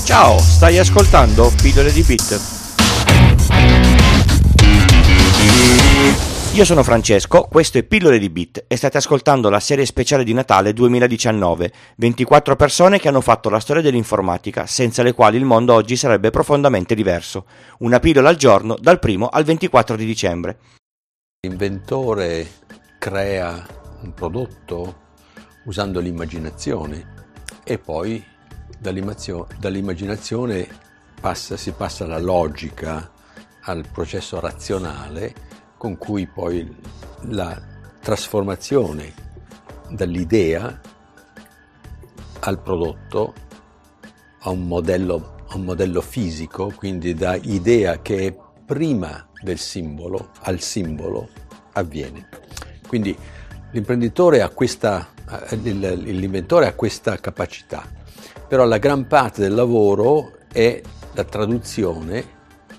Ciao, stai ascoltando Pillole di Bit. Io sono Francesco, questo è Pillole di Bit e state ascoltando la serie speciale di Natale 2019, 24 persone che hanno fatto la storia dell'informatica, senza le quali il mondo oggi sarebbe profondamente diverso. Una pillola al giorno, dal 1 al 24 di dicembre. L'inventore crea un prodotto usando l'immaginazione e poi dall'immaginazione si passa alla logica, al processo razionale, con cui poi la trasformazione dall'idea al prodotto a un modello fisico, quindi da idea che è prima del simbolo al simbolo avviene. Quindi l'inventore ha questa capacità, però la gran parte del lavoro è la traduzione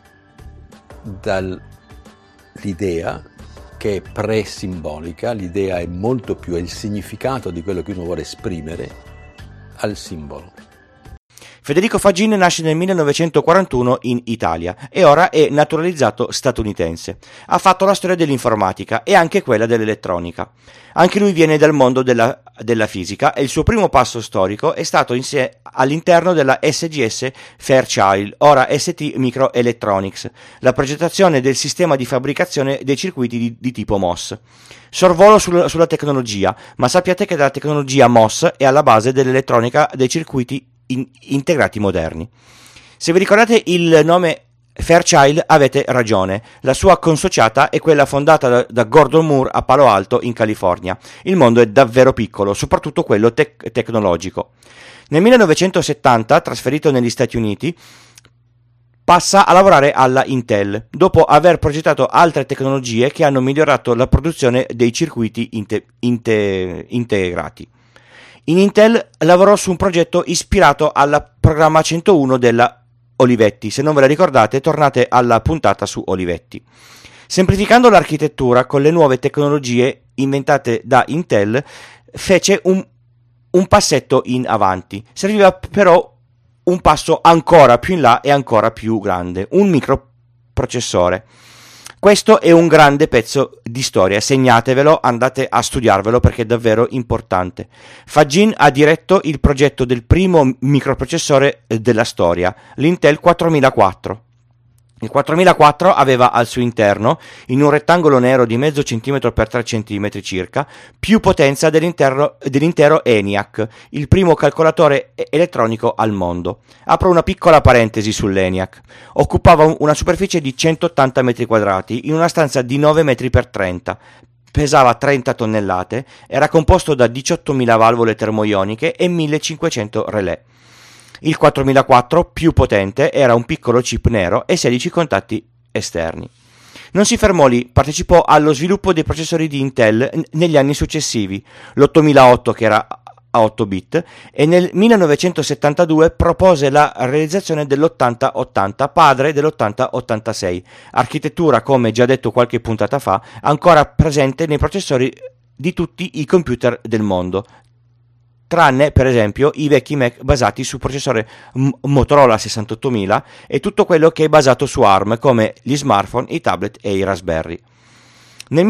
dall'idea, che è pre-simbolica, l'idea è molto più, è il significato di quello che uno vuole esprimere, al simbolo. Federico Faggin nasce nel 1941 in Italia e ora è naturalizzato statunitense. Ha fatto la storia dell'informatica e anche quella dell'elettronica. Anche lui viene dal mondo della fisica e il suo primo passo storico è stato all'interno della SGS Fairchild, ora ST Microelectronics, la progettazione del sistema di fabbricazione dei circuiti di tipo MOS. Sorvolo sulla tecnologia, ma sappiate che la tecnologia MOS è alla base dell'elettronica dei circuiti integrati moderni. Se vi ricordate il nome Fairchild avete ragione, la sua consociata è quella fondata da Gordon Moore a Palo Alto in California. Il mondo è davvero piccolo, soprattutto quello tecnologico. Nel 1970, trasferito negli Stati Uniti, passa a lavorare alla Intel, dopo aver progettato altre tecnologie che hanno migliorato la produzione dei circuiti integrati. In Intel lavorò su un progetto ispirato al programma 101 della Olivetti. Se non ve la ricordate, tornate alla puntata su Olivetti. Semplificando l'architettura con le nuove tecnologie inventate da Intel, fece un passetto in avanti. Serviva però un passo ancora più in là e ancora più grande, un microprocessore. Questo è un grande pezzo di storia, segnatevelo, andate a studiarvelo perché è davvero importante. Faggin ha diretto il progetto del primo microprocessore della storia, l'Intel 4004. Il 4004 aveva al suo interno, in un rettangolo nero di mezzo centimetro per 3 centimetri circa, più potenza dell'intero ENIAC, il primo calcolatore elettronico al mondo. Apro una piccola parentesi sull'ENIAC. Occupava una superficie di 180 metri quadrati in una stanza di 9 metri per 30. Pesava 30 tonnellate, era composto da 18.000 valvole termoioniche e 1.500 relè. Il 4004, più potente, era un piccolo chip nero e 16 contatti esterni. Non si fermò lì, partecipò allo sviluppo dei processori di Intel negli anni successivi, l'8008 che era a 8 bit, e nel 1972 propose la realizzazione dell'8080, padre dell'8086, architettura, come già detto qualche puntata fa, ancora presente nei processori di tutti i computer del mondo, tranne per esempio i vecchi Mac basati su processore Motorola 68000 e tutto quello che è basato su ARM, come gli smartphone, i tablet e i Raspberry. Nel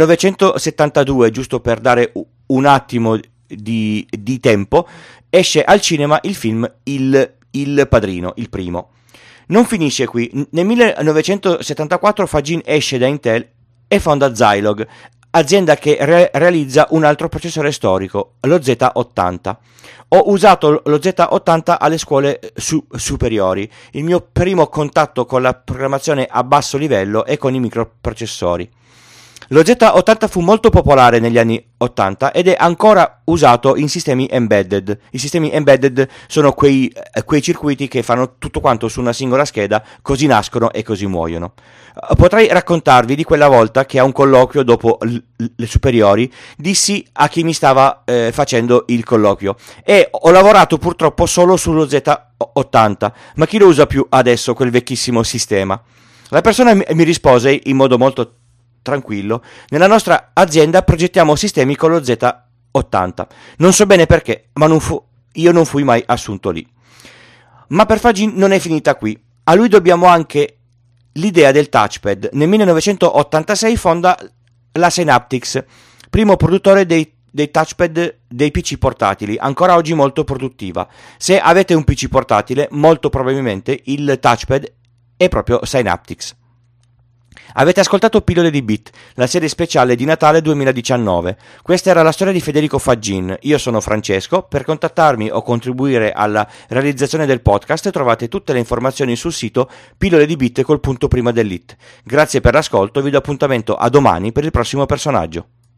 1972, giusto per dare un attimo di tempo, esce al cinema il film Il Padrino, il primo. Non finisce qui. Nel 1974 Faggin esce da Intel e fonda Zilog, azienda che realizza un altro processore storico, lo Z80. Ho usato lo Z80 alle scuole superiori. Il mio primo contatto con la programmazione a basso livello e con i microprocessori. Lo Z80 fu molto popolare negli anni 80 ed è ancora usato in sistemi embedded. I sistemi embedded sono quei circuiti che fanno tutto quanto su una singola scheda, così nascono e così muoiono. Potrei raccontarvi di quella volta che a un colloquio dopo le superiori dissi a chi mi stava facendo il colloquio: ho lavorato purtroppo solo sullo Z80, ma chi lo usa più adesso quel vecchissimo sistema? La persona mi rispose in modo molto tranquillo: nella nostra azienda progettiamo sistemi con lo Z80. Non so bene perché, ma io non fui mai assunto lì. Ma per Fagin non è finita qui. A lui dobbiamo anche l'idea del touchpad. Nel 1986 fonda la Synaptics, primo produttore dei touchpad dei PC portatili, ancora oggi molto produttiva. Se avete un PC portatile, molto probabilmente il touchpad è proprio Synaptics. Avete ascoltato Pillole di Bit, la serie speciale di Natale 2019. Questa era la storia di Federico Fagin. Io sono Francesco. Per contattarmi o contribuire alla realizzazione del podcast trovate tutte le informazioni sul sito Pillole di Bit col punto prima dell'it. Grazie per l'ascolto e vi do appuntamento a domani per il prossimo personaggio.